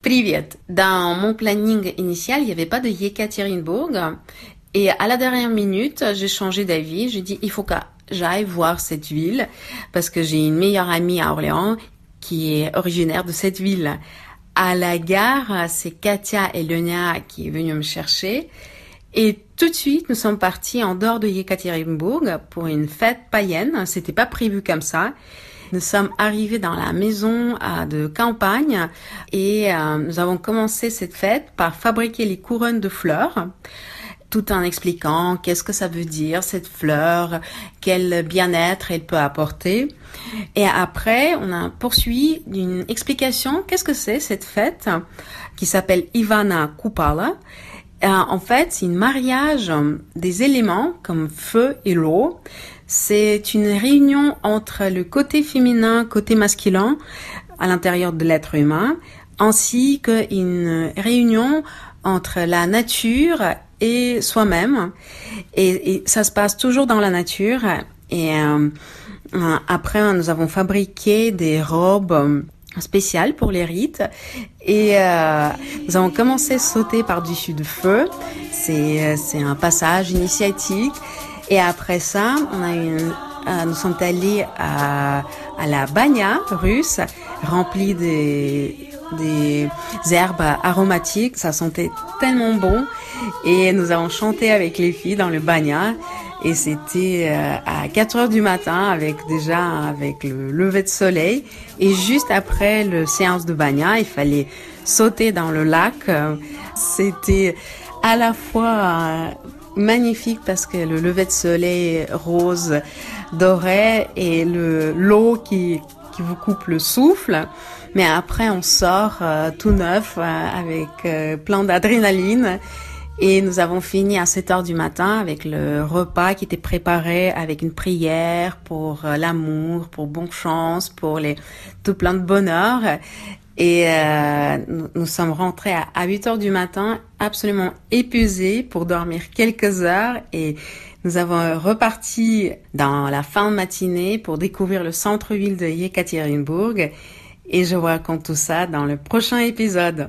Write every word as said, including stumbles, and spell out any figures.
Привет! Dans mon planning initial, il n'y avait pas de Yekaterinbourg. Et à la dernière minute, j'ai changé d'avis. J'ai dit, il faut que j'aille voir cette ville parce que j'ai une meilleure amie à Orléans qui est originaire de cette ville. À la gare, c'est Katia et Lenia qui est venue me chercher. Et tout de suite, nous sommes partis en dehors de Yekaterinbourg pour une fête païenne. C'était pas prévu comme ça. Nous sommes arrivés dans la maison euh, de campagne et euh, nous avons commencé cette fête par fabriquer les couronnes de fleurs, tout en expliquant qu'est-ce que ça veut dire cette fleur, quel bien-être elle peut apporter. Et après, on a poursuivi d'une explication qu'est-ce que c'est cette fête qui s'appelle Ivana Kupala. Euh, en fait, c'est un mariage des éléments comme feu et l'eau. C'est une réunion entre le côté féminin, côté masculin à l'intérieur de l'être humain, ainsi qu'une réunion entre la nature et soi-même. Et, et ça se passe toujours dans la nature. Et euh, après, nous avons fabriqué des robes spéciales pour les rites. Et euh, nous avons commencé à sauter par-dessus le feu. C'est, c'est un passage initiatique. Et après ça, on a une, euh, nous sommes allés à, à la banya russe, remplie des, des herbes aromatiques. Ça sentait tellement bon. Et nous avons chanté avec les filles dans le banya. Et c'était euh, à quatre heures du matin, avec déjà avec le lever de soleil. Et juste après le séance de banya, il fallait sauter dans le lac. C'était à la fois euh, magnifique parce que le lever de soleil rose doré et le l'eau qui qui vous coupe le souffle, mais après on sort euh, tout neuf euh, avec euh, plein d'adrénaline. Et nous avons fini à sept heures du matin avec le repas qui était préparé avec une prière pour euh, l'amour, pour bonne chance, pour les tout plein de bonheur. Et euh, nous, nous sommes rentrés à, à huit heures du matin, absolument épuisés pour dormir quelques heures. Et nous avons reparti dans la fin de matinée pour découvrir le centre-ville de Yekaterinbourg. Et je vous raconte tout ça dans le prochain épisode.